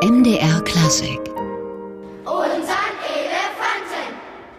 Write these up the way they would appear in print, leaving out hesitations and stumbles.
MDR Klassik. Unseren Elefanten.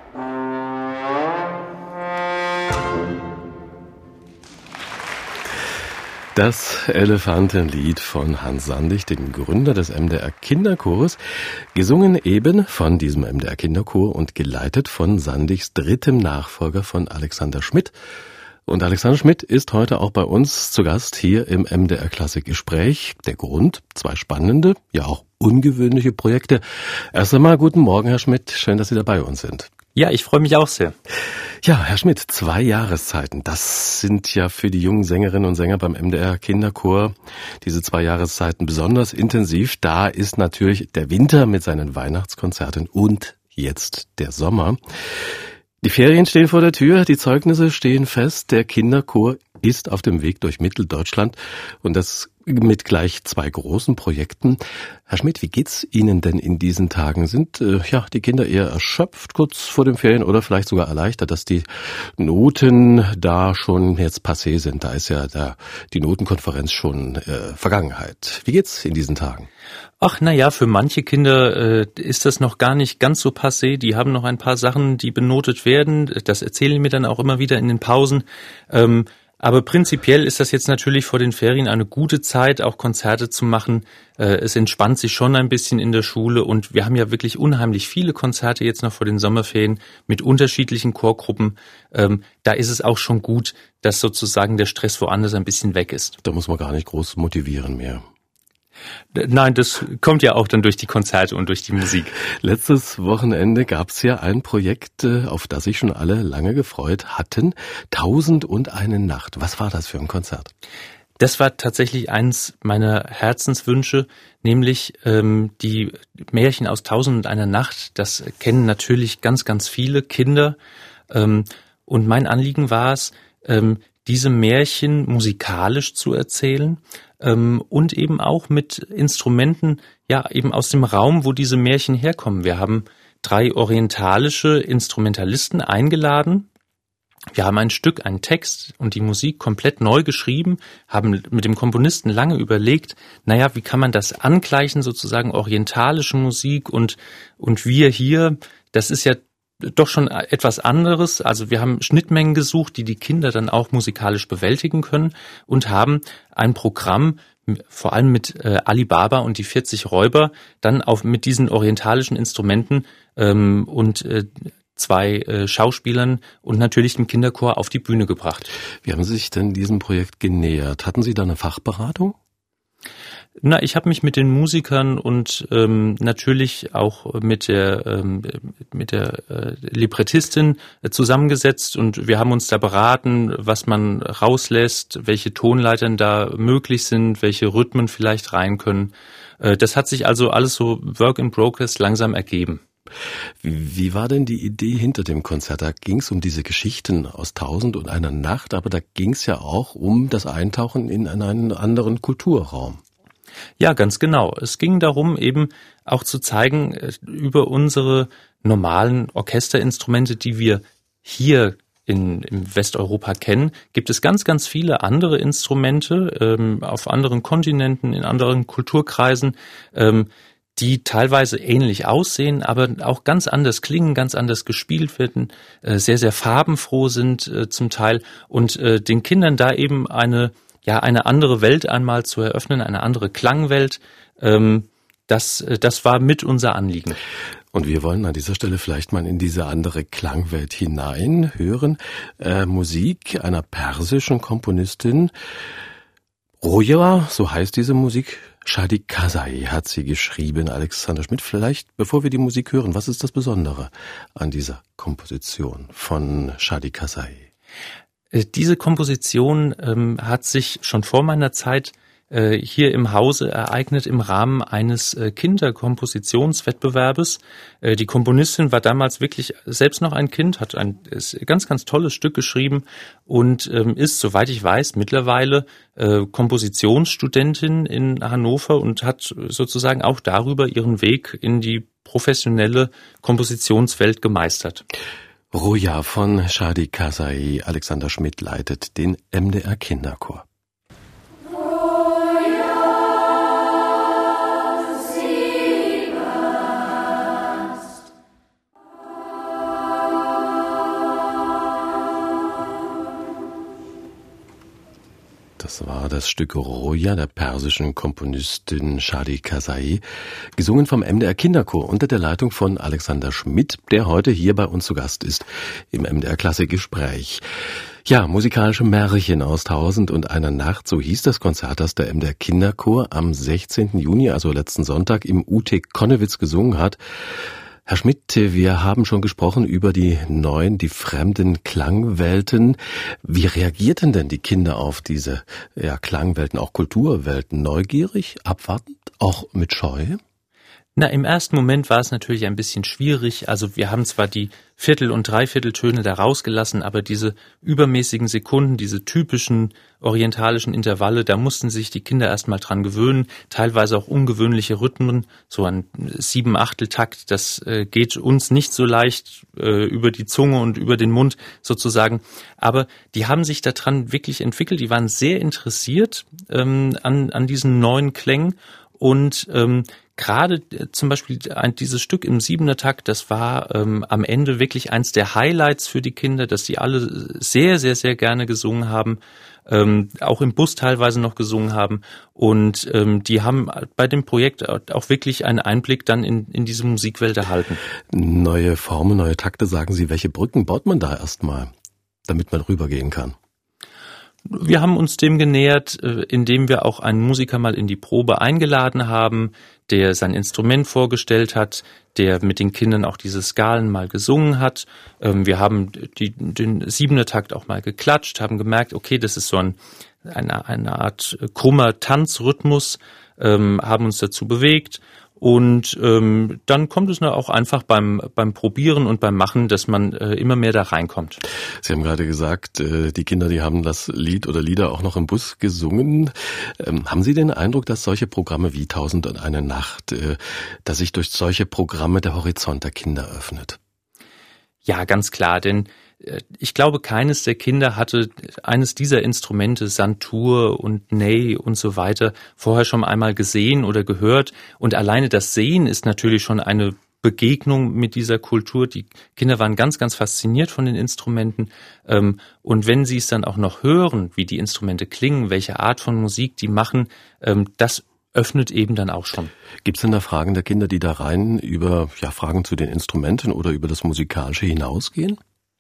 Das Elefantenlied von Hans Sandig, dem Gründer des MDR Kinderchores, gesungen eben von diesem MDR Kinderchor und geleitet von Sandigs drittem Nachfolger von Alexander Schmidt. Und Alexander Schmidt ist heute auch bei uns zu Gast hier im MDR Klassik Gespräch. Der Grund, 2 spannende, ja auch ungewöhnliche Projekte. Erst einmal guten Morgen, Herr Schmidt. Schön, dass Sie dabei uns sind. Ja, ich freue mich auch sehr. Ja, Herr Schmidt, 2 Jahreszeiten, das sind ja für die jungen Sängerinnen und Sänger beim MDR Kinderchor diese 2 Jahreszeiten besonders intensiv. Da ist natürlich der Winter mit seinen Weihnachtskonzerten und jetzt der Sommer. Die Ferien stehen vor der Tür, die Zeugnisse stehen fest, der Kinderchor ist auf dem Weg durch Mitteldeutschland und das mit gleich 2 großen Projekten. Herr Schmidt, wie geht's Ihnen denn in diesen Tagen? Sind die Kinder eher erschöpft kurz vor den Ferien oder vielleicht sogar erleichtert, dass die Noten da schon jetzt passé sind? Da ist ja die Notenkonferenz schon Vergangenheit. Wie geht's in diesen Tagen? Ach, naja, für manche Kinder ist das noch gar nicht ganz so passé. Die haben noch ein paar Sachen, die benotet werden. Das erzählen mir dann auch immer wieder in den Pausen. Aber prinzipiell ist das jetzt natürlich vor den Ferien eine gute Zeit, auch Konzerte zu machen. Es entspannt sich schon ein bisschen in der Schule und wir haben ja wirklich unheimlich viele Konzerte jetzt noch vor den Sommerferien mit unterschiedlichen Chorgruppen. Da ist es auch schon gut, dass sozusagen der Stress woanders ein bisschen weg ist. Da muss man gar nicht groß motivieren mehr. Nein, das kommt ja auch dann durch die Konzerte und durch die Musik. Letztes Wochenende gab es ja ein Projekt, auf das sich schon alle lange gefreut hatten. 1001 Nacht. Was war das für ein Konzert? Das war tatsächlich eins meiner Herzenswünsche, nämlich die Märchen aus 1001 Nacht. Das kennen natürlich ganz, ganz viele Kinder. Und mein Anliegen war es, diese Märchen musikalisch zu erzählen und eben auch mit Instrumenten, ja eben aus dem Raum, wo diese Märchen herkommen. Wir haben 3 orientalische Instrumentalisten eingeladen. Wir haben ein Stück, einen Text und die Musik komplett neu geschrieben, haben mit dem Komponisten lange überlegt, wie kann man das angleichen, sozusagen orientalische Musik und wir hier, das ist ja doch schon etwas anderes. Also wir haben Schnittmengen gesucht, die Kinder dann auch musikalisch bewältigen können und haben ein Programm, vor allem mit Ali Baba und die 40 Räuber, dann auch mit diesen orientalischen Instrumenten und 2 Schauspielern und natürlich dem Kinderchor auf die Bühne gebracht. Wie haben Sie sich denn diesem Projekt genähert? Hatten Sie da eine Fachberatung? Ich habe mich mit den Musikern und natürlich auch mit der Librettistin zusammengesetzt und wir haben uns da beraten, was man rauslässt, welche Tonleitern da möglich sind, welche Rhythmen vielleicht rein können. Das hat sich also alles so Work in Progress langsam ergeben. Wie war denn die Idee hinter dem Konzert? Da ging es um diese Geschichten aus 1001 Nacht, aber da ging es ja auch um das Eintauchen in einen anderen Kulturraum. Ja, ganz genau. Es ging darum, eben auch zu zeigen, über unsere normalen Orchesterinstrumente, die wir hier im Westeuropa kennen, gibt es ganz, ganz viele andere Instrumente auf anderen Kontinenten, in anderen Kulturkreisen, die teilweise ähnlich aussehen, aber auch ganz anders klingen, ganz anders gespielt werden, sehr, sehr farbenfroh sind zum Teil und den Kindern da eben eine andere Welt einmal zu eröffnen, eine andere Klangwelt, das war mit unser Anliegen. Und wir wollen an dieser Stelle vielleicht mal in diese andere Klangwelt hinein hören. Musik einer persischen Komponistin, Roja, so heißt diese Musik, Shadi Kasai hat sie geschrieben. Alexander Schmidt, vielleicht, bevor wir die Musik hören, was ist das Besondere an dieser Komposition von Shadi Kasai? Diese Komposition hat sich schon vor meiner Zeit hier im Hause ereignet im Rahmen eines Kinderkompositionswettbewerbes. Die Komponistin war damals wirklich selbst noch ein Kind, hat ein ganz, ganz tolles Stück geschrieben und ist, soweit ich weiß, mittlerweile Kompositionsstudentin in Hannover und hat sozusagen auch darüber ihren Weg in die professionelle Kompositionswelt gemeistert. Roja von Shadi Kasai. Alexander Schmidt leitet den MDR Kinderchor. Roja, sie das Stück Roja der persischen Komponistin Shadi Kasai, gesungen vom MDR Kinderchor unter der Leitung von Alexander Schmidt, der heute hier bei uns zu Gast ist im MDR Klassikgespräch. Ja, musikalische Märchen aus 1001 Nacht, so hieß das Konzert, das der MDR Kinderchor am 16. Juni, also letzten Sonntag, im UT Konnewitz gesungen hat. Herr Schmidt, wir haben schon gesprochen über die fremden Klangwelten. Wie reagierten denn die Kinder auf diese Klangwelten, auch Kulturwelten? Neugierig, abwartend, auch mit Scheu? Na, im ersten Moment war es natürlich ein bisschen schwierig. Also wir haben zwar die Viertel- und Dreivierteltöne da rausgelassen, aber diese übermäßigen Sekunden, diese typischen orientalischen Intervalle, da mussten sich die Kinder erstmal dran gewöhnen. Teilweise auch ungewöhnliche Rhythmen, so ein 7/8-Takt, das geht uns nicht so leicht über die Zunge und über den Mund sozusagen. Aber die haben sich daran wirklich entwickelt. Die waren sehr interessiert an diesen neuen Klängen und gerade zum Beispiel dieses Stück im 7er-Takt, das war am Ende wirklich eins der Highlights für die Kinder, dass die alle sehr, sehr, sehr gerne gesungen haben, auch im Bus teilweise noch gesungen haben. Und die haben bei dem Projekt auch wirklich einen Einblick dann in diese Musikwelt erhalten. Neue Formen, neue Takte, sagen Sie. Welche Brücken baut man da erstmal, damit man rübergehen kann? Wir haben uns dem genähert, indem wir auch einen Musiker mal in die Probe eingeladen haben, der sein Instrument vorgestellt hat, der mit den Kindern auch diese Skalen mal gesungen hat. Wir haben den 7er-Takt auch mal geklatscht, haben gemerkt, okay, das ist so eine Art krummer Tanzrhythmus, haben uns dazu bewegt. Und dann kommt es auch einfach beim Probieren und beim Machen, dass man immer mehr da reinkommt. Sie haben gerade gesagt, die Kinder, die haben das Lied oder Lieder auch noch im Bus gesungen. Haben Sie den Eindruck, dass solche Programme wie 1001 Nacht, dass sich durch solche Programme der Horizont der Kinder öffnet? Ja, ganz klar, denn ich glaube, keines der Kinder hatte eines dieser Instrumente, Santur und Ney und so weiter, vorher schon einmal gesehen oder gehört. Und alleine das Sehen ist natürlich schon eine Begegnung mit dieser Kultur. Die Kinder waren ganz, ganz fasziniert von den Instrumenten. Und wenn sie es dann auch noch hören, wie die Instrumente klingen, welche Art von Musik die machen, das öffnet eben dann auch schon. Gibt es denn da Fragen der Kinder, die da rein über Fragen zu den Instrumenten oder über das Musikalische hinausgehen?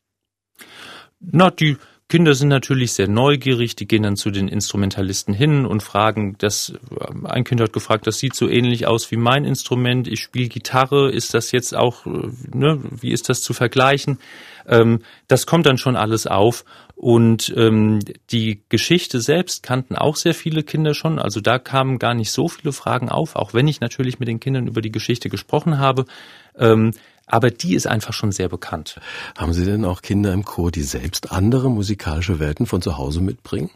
Na, die Kinder sind natürlich sehr neugierig, die gehen dann zu den Instrumentalisten hin und fragen, ein Kind hat gefragt, das sieht so ähnlich aus wie mein Instrument, ich spiele Gitarre, ist das jetzt auch, wie ist das zu vergleichen? Das kommt dann schon alles auf und die Geschichte selbst kannten auch sehr viele Kinder schon, also da kamen gar nicht so viele Fragen auf, auch wenn ich natürlich mit den Kindern über die Geschichte gesprochen habe. Aber die ist einfach schon sehr bekannt. Haben Sie denn auch Kinder im Chor, die selbst andere musikalische Welten von zu Hause mitbringen?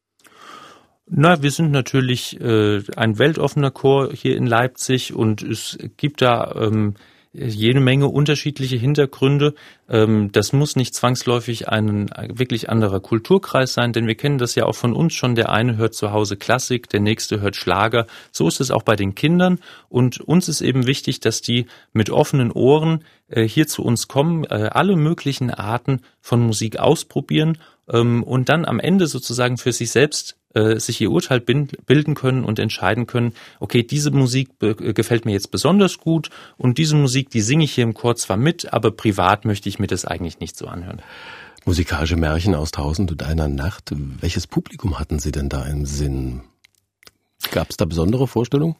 Na, wir sind natürlich ein weltoffener Chor hier in Leipzig und es gibt da jede Menge unterschiedliche Hintergründe. Das muss nicht zwangsläufig ein wirklich anderer Kulturkreis sein, denn wir kennen das ja auch von uns schon. Der eine hört zu Hause Klassik, der nächste hört Schlager. So ist es auch bei den Kindern. Und uns ist eben wichtig, dass die mit offenen Ohren hier zu uns kommen, alle möglichen Arten von Musik ausprobieren und dann am Ende sozusagen für sich selbst sich ihr Urteil bilden können und entscheiden können, okay, diese Musik gefällt mir jetzt besonders gut und diese Musik, die singe ich hier im Chor zwar mit, aber privat möchte ich mir das eigentlich nicht so anhören. Musikalische Märchen aus 1001 Nacht. Welches Publikum hatten Sie denn da im Sinn? Gab es da besondere Vorstellungen?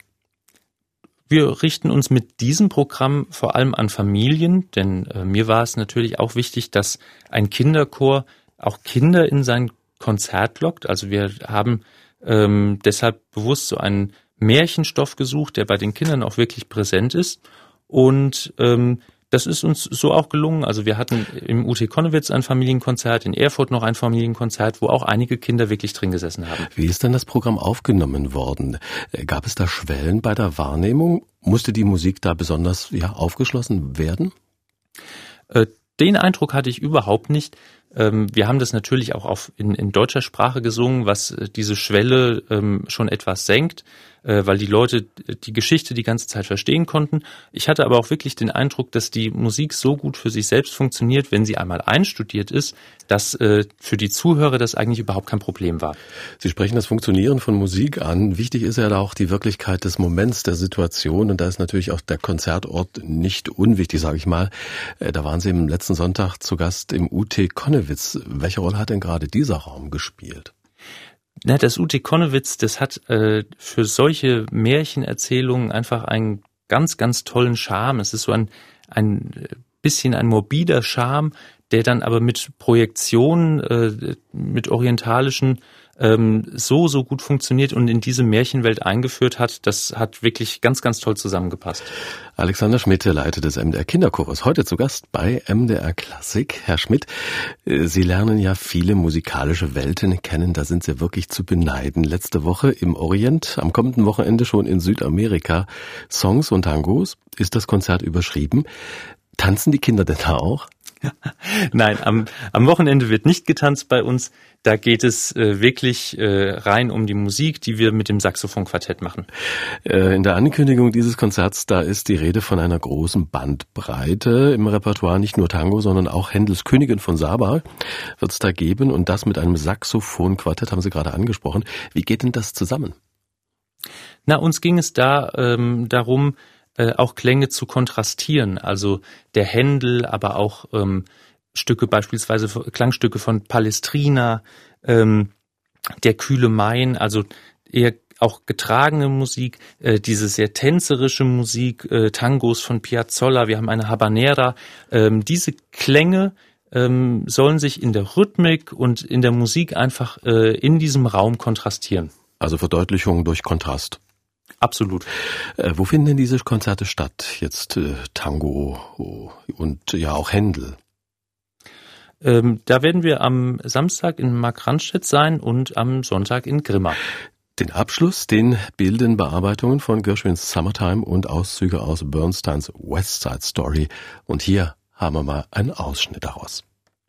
Wir richten uns mit diesem Programm vor allem an Familien, denn mir war es natürlich auch wichtig, dass ein Kinderchor auch Kinder in sein Konzert lockt. Also wir haben deshalb bewusst so einen Märchenstoff gesucht, der bei den Kindern auch wirklich präsent ist. Und das ist uns so auch gelungen. Also wir hatten im UT Konnewitz ein Familienkonzert, in Erfurt noch ein Familienkonzert, wo auch einige Kinder wirklich drin gesessen haben. Wie ist denn das Programm aufgenommen worden? Gab es da Schwellen bei der Wahrnehmung? Musste die Musik da besonders aufgeschlossen werden? Den Eindruck hatte ich überhaupt nicht. Wir haben das natürlich auch in deutscher Sprache gesungen, was diese Schwelle schon etwas senkt, weil die Leute die Geschichte die ganze Zeit verstehen konnten. Ich hatte aber auch wirklich den Eindruck, dass die Musik so gut für sich selbst funktioniert, wenn sie einmal einstudiert ist, dass für die Zuhörer das eigentlich überhaupt kein Problem war. Sie sprechen das Funktionieren von Musik an. Wichtig ist ja da auch die Wirklichkeit des Moments, der Situation. Und da ist natürlich auch der Konzertort nicht unwichtig, sage ich mal. Da waren Sie am letzten Sonntag zu Gast im UT Connewitz. Welche Rolle hat denn gerade dieser Raum gespielt? Na, das UT Connewitz, das hat für solche Märchenerzählungen einfach einen ganz, ganz tollen Charme. Es ist so ein bisschen ein morbider Charme, der dann aber mit Projektionen, mit orientalischen so gut funktioniert und in diese Märchenwelt eingeführt hat. Das hat wirklich ganz, ganz toll zusammengepasst. Alexander Schmidt, Leiter des MDR Kinderchores, heute zu Gast bei MDR Klassik. Herr Schmidt, Sie lernen ja viele musikalische Welten kennen, da sind Sie wirklich zu beneiden. Letzte Woche im Orient, am kommenden Wochenende schon in Südamerika. Songs und Tangos, ist das Konzert überschrieben. Tanzen die Kinder denn da auch? Nein, am Wochenende wird nicht getanzt bei uns. Da geht es wirklich rein um die Musik, die wir mit dem Saxophonquartett machen. In der Ankündigung dieses Konzerts, da ist die Rede von einer großen Bandbreite im Repertoire, nicht nur Tango, sondern auch Händels Königin von Saba wird es da geben und das mit einem Saxophonquartett, haben Sie gerade angesprochen. Wie geht denn das zusammen? Na, uns ging es da darum, auch Klänge zu kontrastieren, also der Händel, aber auch Stücke, beispielsweise Klangstücke von Palestrina, der kühle Main, also eher auch getragene Musik, diese sehr tänzerische Musik, Tangos von Piazzolla, wir haben eine Habanera. Diese Klänge sollen sich in der Rhythmik und in der Musik einfach in diesem Raum kontrastieren. Also Verdeutlichung durch Kontrast. Absolut. Wo finden denn diese Konzerte statt? Jetzt Tango und ja auch Händel. Da werden wir am Samstag in Markranstädt sein und am Sonntag in Grimma. Den Abschluss, den bilden Bearbeitungen von Gershwins Summertime und Auszüge aus Bernsteins West Side Story. Und hier haben wir mal einen Ausschnitt daraus.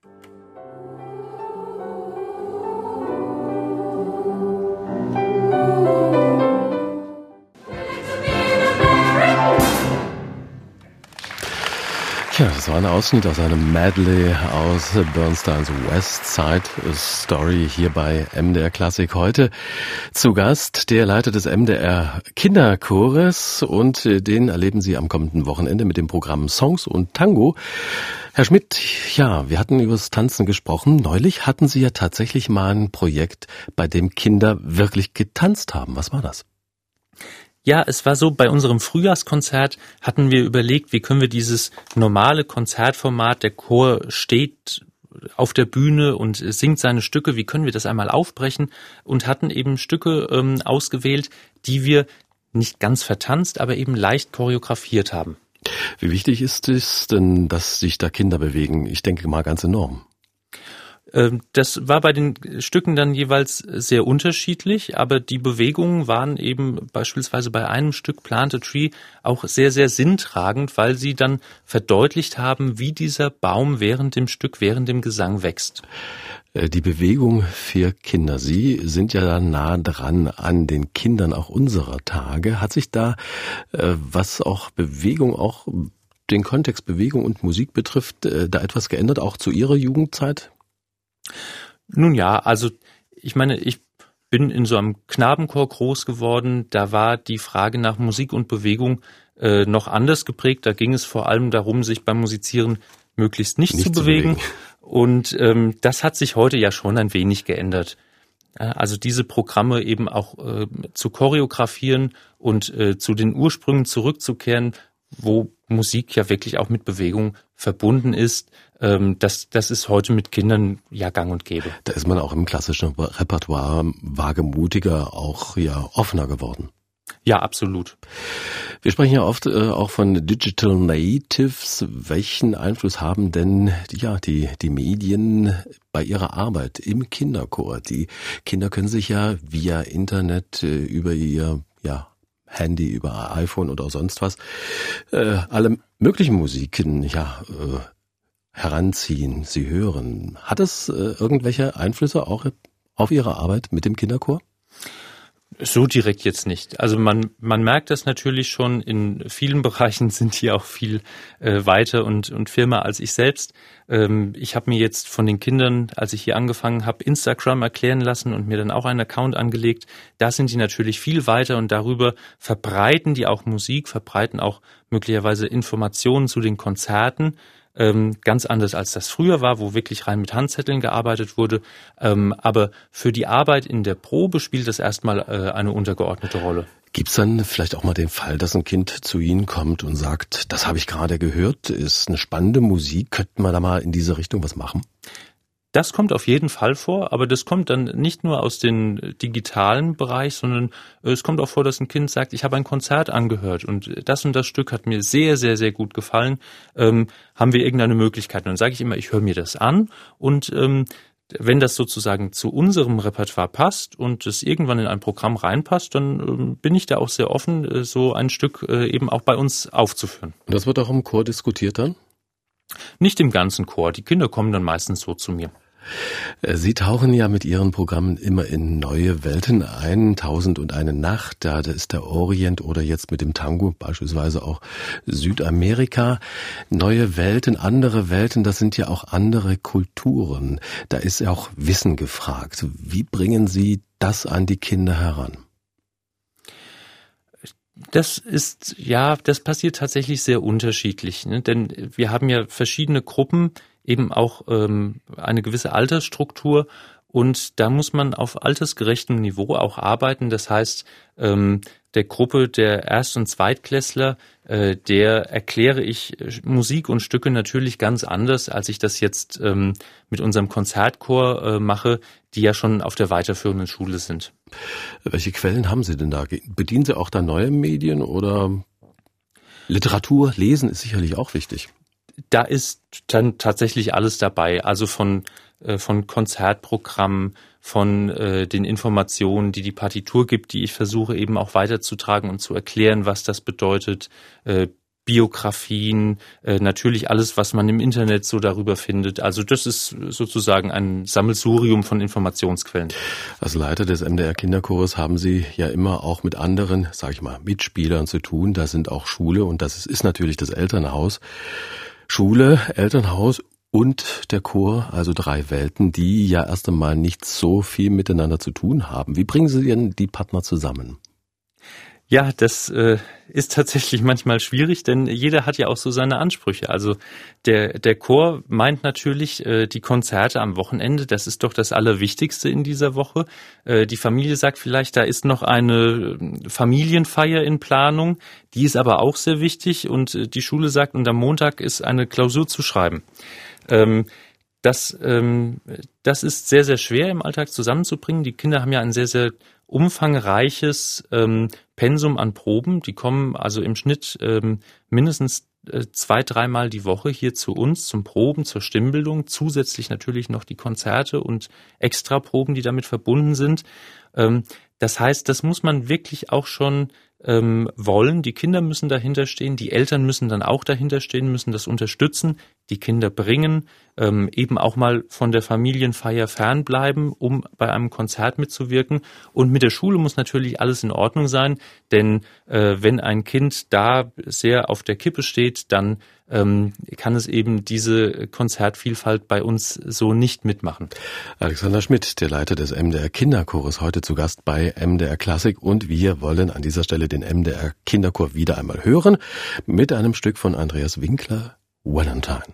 Ja, das war ein Ausschnitt aus einem Medley aus Bernsteins West Side Story hier bei MDR Klassik. Heute zu Gast der Leiter des MDR Kinderchores und den erleben Sie am kommenden Wochenende mit dem Programm Songs und Tango. Herr Schmidt, ja, wir hatten über das Tanzen gesprochen. Neulich hatten Sie ja tatsächlich mal ein Projekt, bei dem Kinder wirklich getanzt haben. Was war das? Ja, es war so, bei unserem Frühjahrskonzert hatten wir überlegt, wie können wir dieses normale Konzertformat, der Chor steht auf der Bühne und singt seine Stücke, wie können wir das einmal aufbrechen und hatten eben Stücke ausgewählt, die wir nicht ganz vertanzt, aber eben leicht choreografiert haben. Wie wichtig ist es denn, dass sich da Kinder bewegen? Ich denke mal ganz enorm. Das war bei den Stücken dann jeweils sehr unterschiedlich, aber die Bewegungen waren eben beispielsweise bei einem Stück Plant a Tree auch sehr, sehr sinntragend, weil sie dann verdeutlicht haben, wie dieser Baum während dem Stück, während dem Gesang wächst. Die Bewegung für Kinder, Sie sind ja da nah dran an den Kindern auch unserer Tage. Hat sich da, was auch Bewegung, auch den Kontext Bewegung und Musik betrifft, da etwas geändert, auch zu Ihrer Jugendzeit? Nun ja, also ich meine, ich bin in so einem Knabenchor groß geworden. Da war die Frage nach Musik und Bewegung noch anders geprägt. Da ging es vor allem darum, sich beim Musizieren möglichst nicht zu bewegen. Und das hat sich heute ja schon ein wenig geändert. Also diese Programme eben auch zu choreografieren und zu den Ursprüngen zurückzukehren, wo Musik ja wirklich auch mit Bewegung verbunden ist. Das ist heute mit Kindern ja gang und gäbe. Da ist man auch im klassischen Repertoire wagemutiger, auch ja offener geworden. Ja, absolut. Wir sprechen ja oft auch von Digital Natives. Welchen Einfluss haben denn die Medien bei ihrer Arbeit im Kinderchor? Die Kinder können sich ja via Internet über ihr Handy, über iPhone oder sonst was alle möglichen Musiken heranziehen, Sie hören. Hat es irgendwelche Einflüsse auch auf Ihre Arbeit mit dem Kinderchor? So direkt jetzt nicht. Also man merkt das natürlich schon, in vielen Bereichen sind die auch viel weiter und firmer als ich selbst. Ich habe mir jetzt von den Kindern, als ich hier angefangen habe, Instagram erklären lassen und mir dann auch einen Account angelegt. Da sind die natürlich viel weiter und darüber verbreiten die auch Musik, verbreiten auch möglicherweise Informationen zu den Konzerten. Ganz anders als das früher war, wo wirklich rein mit Handzetteln gearbeitet wurde. Aber für die Arbeit in der Probe spielt das erstmal eine untergeordnete Rolle. Gibt's dann vielleicht auch mal den Fall, dass ein Kind zu Ihnen kommt und sagt, das habe ich gerade gehört, ist eine spannende Musik, könnten wir da mal in diese Richtung was machen? Das kommt auf jeden Fall vor, aber das kommt dann nicht nur aus dem digitalen Bereich, sondern es kommt auch vor, dass ein Kind sagt, ich habe ein Konzert angehört und das Stück hat mir sehr, sehr, sehr gut gefallen. Haben wir irgendeine Möglichkeit? Und dann sage ich immer, ich höre mir das an und wenn das sozusagen zu unserem Repertoire passt und es irgendwann in ein Programm reinpasst, dann bin ich da auch sehr offen, so ein Stück eben auch bei uns aufzuführen. Und das wird auch im Chor diskutiert dann? Nicht im ganzen Chor. Die Kinder kommen dann meistens so zu mir. Sie tauchen ja mit Ihren Programmen immer in neue Welten ein. 1001 Nacht, da ist der Orient oder jetzt mit dem Tango beispielsweise auch Südamerika. Neue Welten, andere Welten, das sind ja auch andere Kulturen. Da ist ja auch Wissen gefragt. Wie bringen Sie das an die Kinder heran? Das passiert tatsächlich sehr unterschiedlich, ne? Denn wir haben ja verschiedene Gruppen, eben auch eine gewisse Altersstruktur und da muss man auf altersgerechtem Niveau auch arbeiten. Das heißt, der Gruppe der Erst- und Zweitklässler, der erkläre ich Musik und Stücke natürlich ganz anders, als ich das jetzt mit unserem Konzertchor mache, die ja schon auf der weiterführenden Schule sind. Welche Quellen haben Sie denn da? Bedienen Sie auch da neue Medien oder Literatur? Lesen ist sicherlich auch wichtig. Da ist dann tatsächlich alles dabei, also von Konzertprogrammen, von den Informationen, die Partitur gibt, die ich versuche eben auch weiterzutragen und zu erklären, was das bedeutet, Biografien, natürlich alles, was man im Internet so darüber findet. Also das ist sozusagen ein Sammelsurium von Informationsquellen. Als Leiter des MDR Kinderchores haben Sie ja immer auch mit anderen, sage ich mal, Mitspielern zu tun. Da sind auch Schule und das ist natürlich das Elternhaus. Schule, Elternhaus und der Chor, also 3 Welten, die ja erst einmal nicht so viel miteinander zu tun haben. Wie bringen Sie denn die Partner zusammen? Ja, das ist tatsächlich manchmal schwierig, denn jeder hat ja auch so seine Ansprüche. Also der Chor meint natürlich die Konzerte am Wochenende, das ist doch das Allerwichtigste in dieser Woche. Die Familie sagt vielleicht, da ist noch eine Familienfeier in Planung, die ist aber auch sehr wichtig und die Schule sagt, und am Montag ist eine Klausur zu schreiben. Das ist sehr, sehr schwer im Alltag zusammenzubringen. Die Kinder haben ja ein sehr, sehr umfangreiches Pensum an Proben. Die kommen also im Schnitt mindestens 2-3 Mal die Woche hier zu uns zum Proben, zur Stimmbildung. Zusätzlich natürlich noch die Konzerte und Extraproben, die damit verbunden sind. Das heißt, das muss man wirklich auch schon wollen. Die Kinder müssen dahinter stehen, die Eltern müssen dann auch dahinter stehen, müssen das unterstützen, die Kinder bringen, eben auch mal von der Familienfeier fernbleiben, um bei einem Konzert mitzuwirken. Und mit der Schule muss natürlich alles in Ordnung sein, denn wenn ein Kind da sehr auf der Kippe steht, dann kann es eben diese Konzertvielfalt bei uns so nicht mitmachen. Alexander Schmidt, der Leiter des MDR Kinderchores, heute zu Gast bei MDR Klassik und wir wollen an dieser Stelle den MDR Kinderchor wieder einmal hören mit einem Stück von Andreas Winkler, Valentine.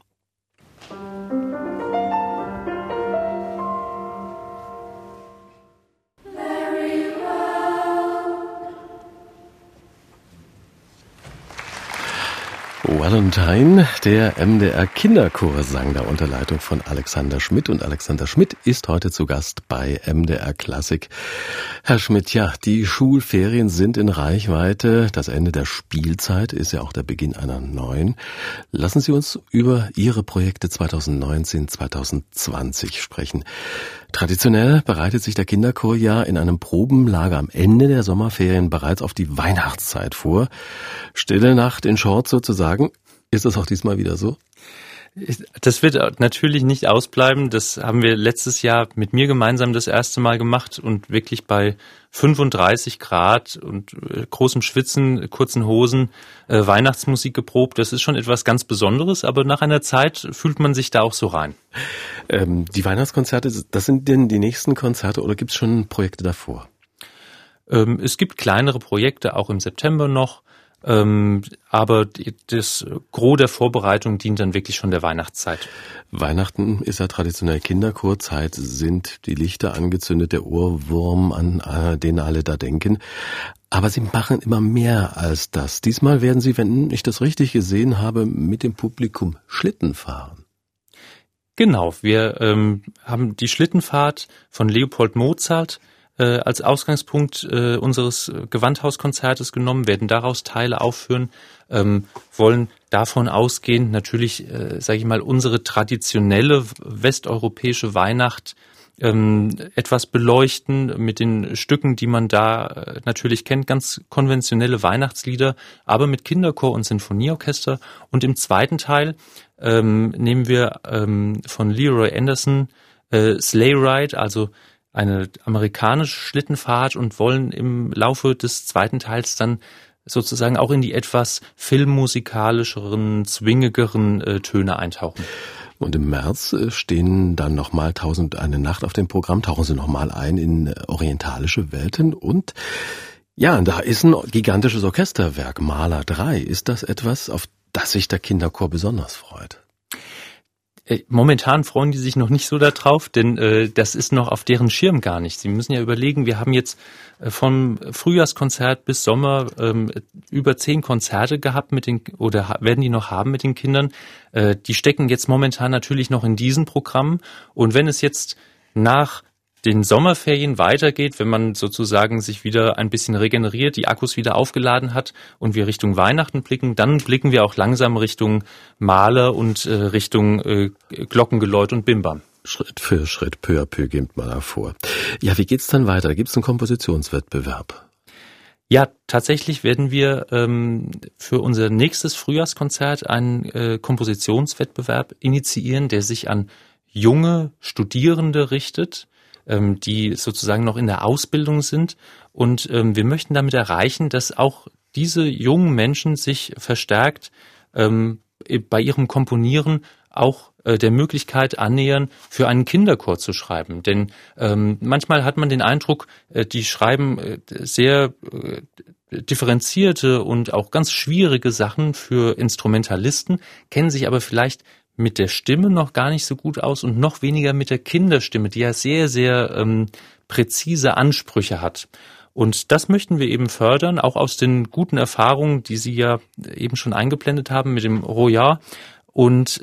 Valentine, der MDR Kinderchor sang da unter Leitung von Alexander Schmidt und Alexander Schmidt ist heute zu Gast bei MDR Klassik. Herr Schmidt, ja, die Schulferien sind in Reichweite. Das Ende der Spielzeit ist ja auch der Beginn einer neuen. Lassen Sie uns über Ihre Projekte 2019, 2020 sprechen. Traditionell bereitet sich der Kinderchor ja in einem Probenlager am Ende der Sommerferien bereits auf die Weihnachtszeit vor. Stille Nacht in Shorts sozusagen. Ist das auch diesmal wieder so? Das wird natürlich nicht ausbleiben. Das haben wir letztes Jahr mit mir gemeinsam das erste Mal gemacht und wirklich bei 35 Grad und großem Schwitzen, kurzen Hosen, Weihnachtsmusik geprobt. Das ist schon etwas ganz Besonderes, aber nach einer Zeit fühlt man sich da auch so rein. Die Weihnachtskonzerte, das sind denn die nächsten Konzerte oder gibt es schon Projekte davor? Es gibt kleinere Projekte, auch im September noch. Aber das Gros der Vorbereitung dient dann wirklich schon der Weihnachtszeit. Weihnachten ist ja traditionell Kinderchorzeit, sind die Lichter angezündet, der Ohrwurm, an den alle da denken. Aber Sie machen immer mehr als das. Diesmal werden Sie, wenn ich das richtig gesehen habe, mit dem Publikum Schlitten fahren. Genau, wir haben die Schlittenfahrt von Leopold Mozart als Ausgangspunkt unseres Gewandhauskonzertes genommen, werden daraus Teile aufführen, wollen davon ausgehend natürlich, sage ich mal, unsere traditionelle westeuropäische Weihnacht etwas beleuchten mit den Stücken, die man da natürlich kennt, ganz konventionelle Weihnachtslieder, aber mit Kinderchor und Sinfonieorchester. Und im zweiten Teil nehmen wir von Leroy Anderson Sleigh Ride, also eine amerikanische Schlittenfahrt, und wollen im Laufe des zweiten Teils dann sozusagen auch in die etwas filmmusikalischeren, swingigeren Töne eintauchen. Und im März stehen dann nochmal 1001 Nacht auf dem Programm, tauchen Sie nochmal ein in orientalische Welten und ja, da ist ein gigantisches Orchesterwerk, Mahler 3. Ist das etwas, auf das sich der Kinderchor besonders freut? Momentan freuen die sich noch nicht so darauf, denn das ist noch auf deren Schirm gar nicht. Sie müssen ja überlegen, wir haben jetzt vom Frühjahrskonzert bis Sommer über 10 Konzerte gehabt werden die noch haben mit den Kindern. Die stecken jetzt momentan natürlich noch in diesen Programmen. Und wenn es jetzt nach den Sommerferien weitergeht, wenn man sozusagen sich wieder ein bisschen regeneriert, die Akkus wieder aufgeladen hat und wir Richtung Weihnachten blicken, dann blicken wir auch langsam Richtung Mahler und Richtung Glockengeläut und Bimbam. Schritt für Schritt, peu à peu geht man da vor. Ja, wie geht's dann weiter? Gibt es einen Kompositionswettbewerb? Ja, tatsächlich werden wir für unser nächstes Frühjahrskonzert einen Kompositionswettbewerb initiieren, der sich an junge Studierende richtet, die sozusagen noch in der Ausbildung sind. Und wir möchten damit erreichen, dass auch diese jungen Menschen sich verstärkt bei ihrem Komponieren auch der Möglichkeit annähern, für einen Kinderchor zu schreiben. Denn manchmal hat man den Eindruck, die schreiben sehr differenzierte und auch ganz schwierige Sachen für Instrumentalisten, kennen sich aber vielleicht mit der Stimme noch gar nicht so gut aus und noch weniger mit der Kinderstimme, die ja sehr, sehr präzise Ansprüche hat. Und das möchten wir eben fördern, auch aus den guten Erfahrungen, die Sie ja eben schon eingeblendet haben mit dem Royal. Und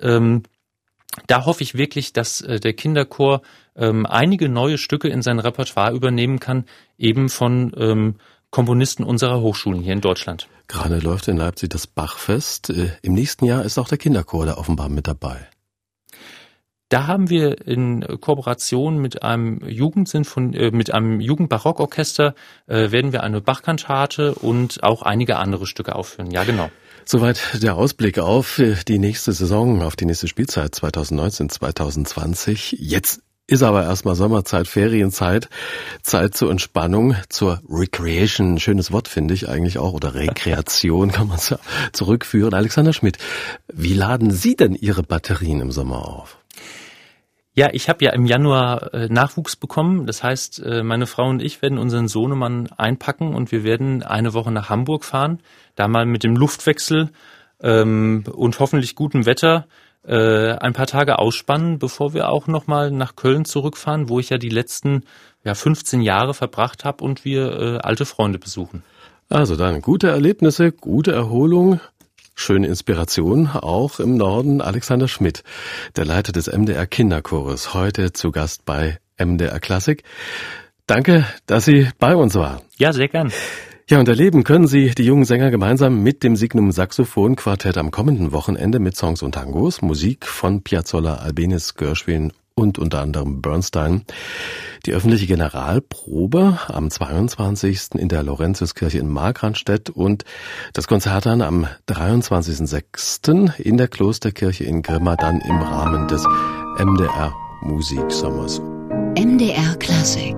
da hoffe ich wirklich, dass der Kinderchor einige neue Stücke in sein Repertoire übernehmen kann, eben von Komponisten unserer Hochschulen hier in Deutschland. Gerade läuft in Leipzig das Bachfest. Im nächsten Jahr ist auch der Kinderchor da offenbar mit dabei. Da haben wir in Kooperation mit einem Jugendbarockorchester werden wir eine Bachkantate und auch einige andere Stücke aufführen. Ja, genau. Soweit der Ausblick auf die nächste Saison, auf die nächste Spielzeit 2019-2020. Jetzt ist aber erstmal Sommerzeit, Ferienzeit, Zeit zur Entspannung, zur Recreation. Schönes Wort finde ich eigentlich auch, oder Rekreation kann man es ja zurückführen. Alexander Schmidt, wie laden Sie denn Ihre Batterien im Sommer auf? Ja, ich habe ja im Januar Nachwuchs bekommen. Das heißt, meine Frau und ich werden unseren Sohnemann einpacken und wir werden eine Woche nach Hamburg fahren, da mal mit dem Luftwechsel und hoffentlich gutem Wetter ein paar Tage ausspannen, bevor wir auch nochmal nach Köln zurückfahren, wo ich ja die letzten 15 Jahre verbracht habe und wir alte Freunde besuchen. Also dann gute Erlebnisse, gute Erholung, schöne Inspiration, auch im Norden. Alexander Schmidt, der Leiter des MDR Kinderchores, heute zu Gast bei MDR Klassik. Danke, dass Sie bei uns waren. Ja, sehr gern. Ja, und erleben können Sie die jungen Sänger gemeinsam mit dem Signum Saxophon Quartett am kommenden Wochenende mit Songs und Tangos, Musik von Piazzolla, Albéniz, Gershwin und unter anderem Bernstein. Die öffentliche Generalprobe am 22. in der Laurentiuskirche in Markranstädt und das Konzert dann am 23.06. in der Klosterkirche in Grimma, dann im Rahmen des MDR Musiksommers. MDR Klassik.